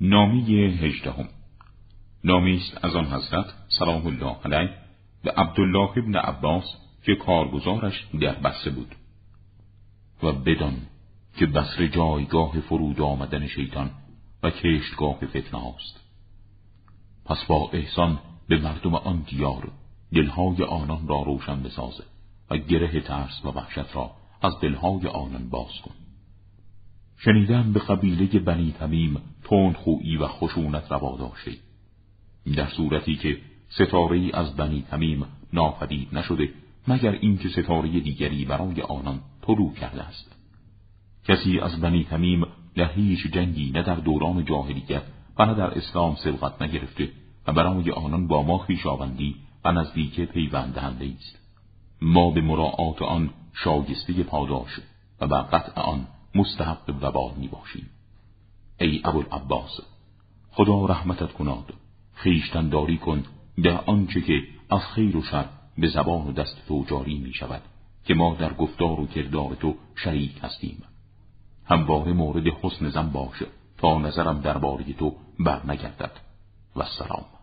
نامه 18 نامه است از آن حضرت سلام الله علیه به عبدالله ابن عباس که کارگزارش در بصره بود. و بدان که بصره جایگاه فرود آمدن شیطان و کشتگاه فتنه هاست. پس با احسان به مردم آن دیار دلهای آنان را روشن بسازه و گره ترس و وحشت را از دلهای آنان باز کن. شنیدم به قبیله بنی تمیم تندخویی و خشونت روا داشته، در صورتی که ستاره‌ای از بنی تمیم ناپدید نشده مگر اینکه ستاره دیگری برای آنان طلوع کرده است. کسی از بنی تمیم در هیچ جنگی نه در دوران جاهلیت و نه در اسلام سبقت نگرفته و برای آنان با ما خویشاوندی و نزدیک پیوند دهنده است. ما به مراعات آن شایسته پاداش و بر قطع آن مستحق وبال می باشیم. ای ابوالعباس، خدا رحمتت کناد، خویشتن داری کن در آنچه که از خیر و شر به زبان و دست تو جاری می شود که ما در گفتار و کردار تو شریک هستیم. همواره مورد حسن ظن باش تا نظرم درباره تو بر نگردد. و السلام.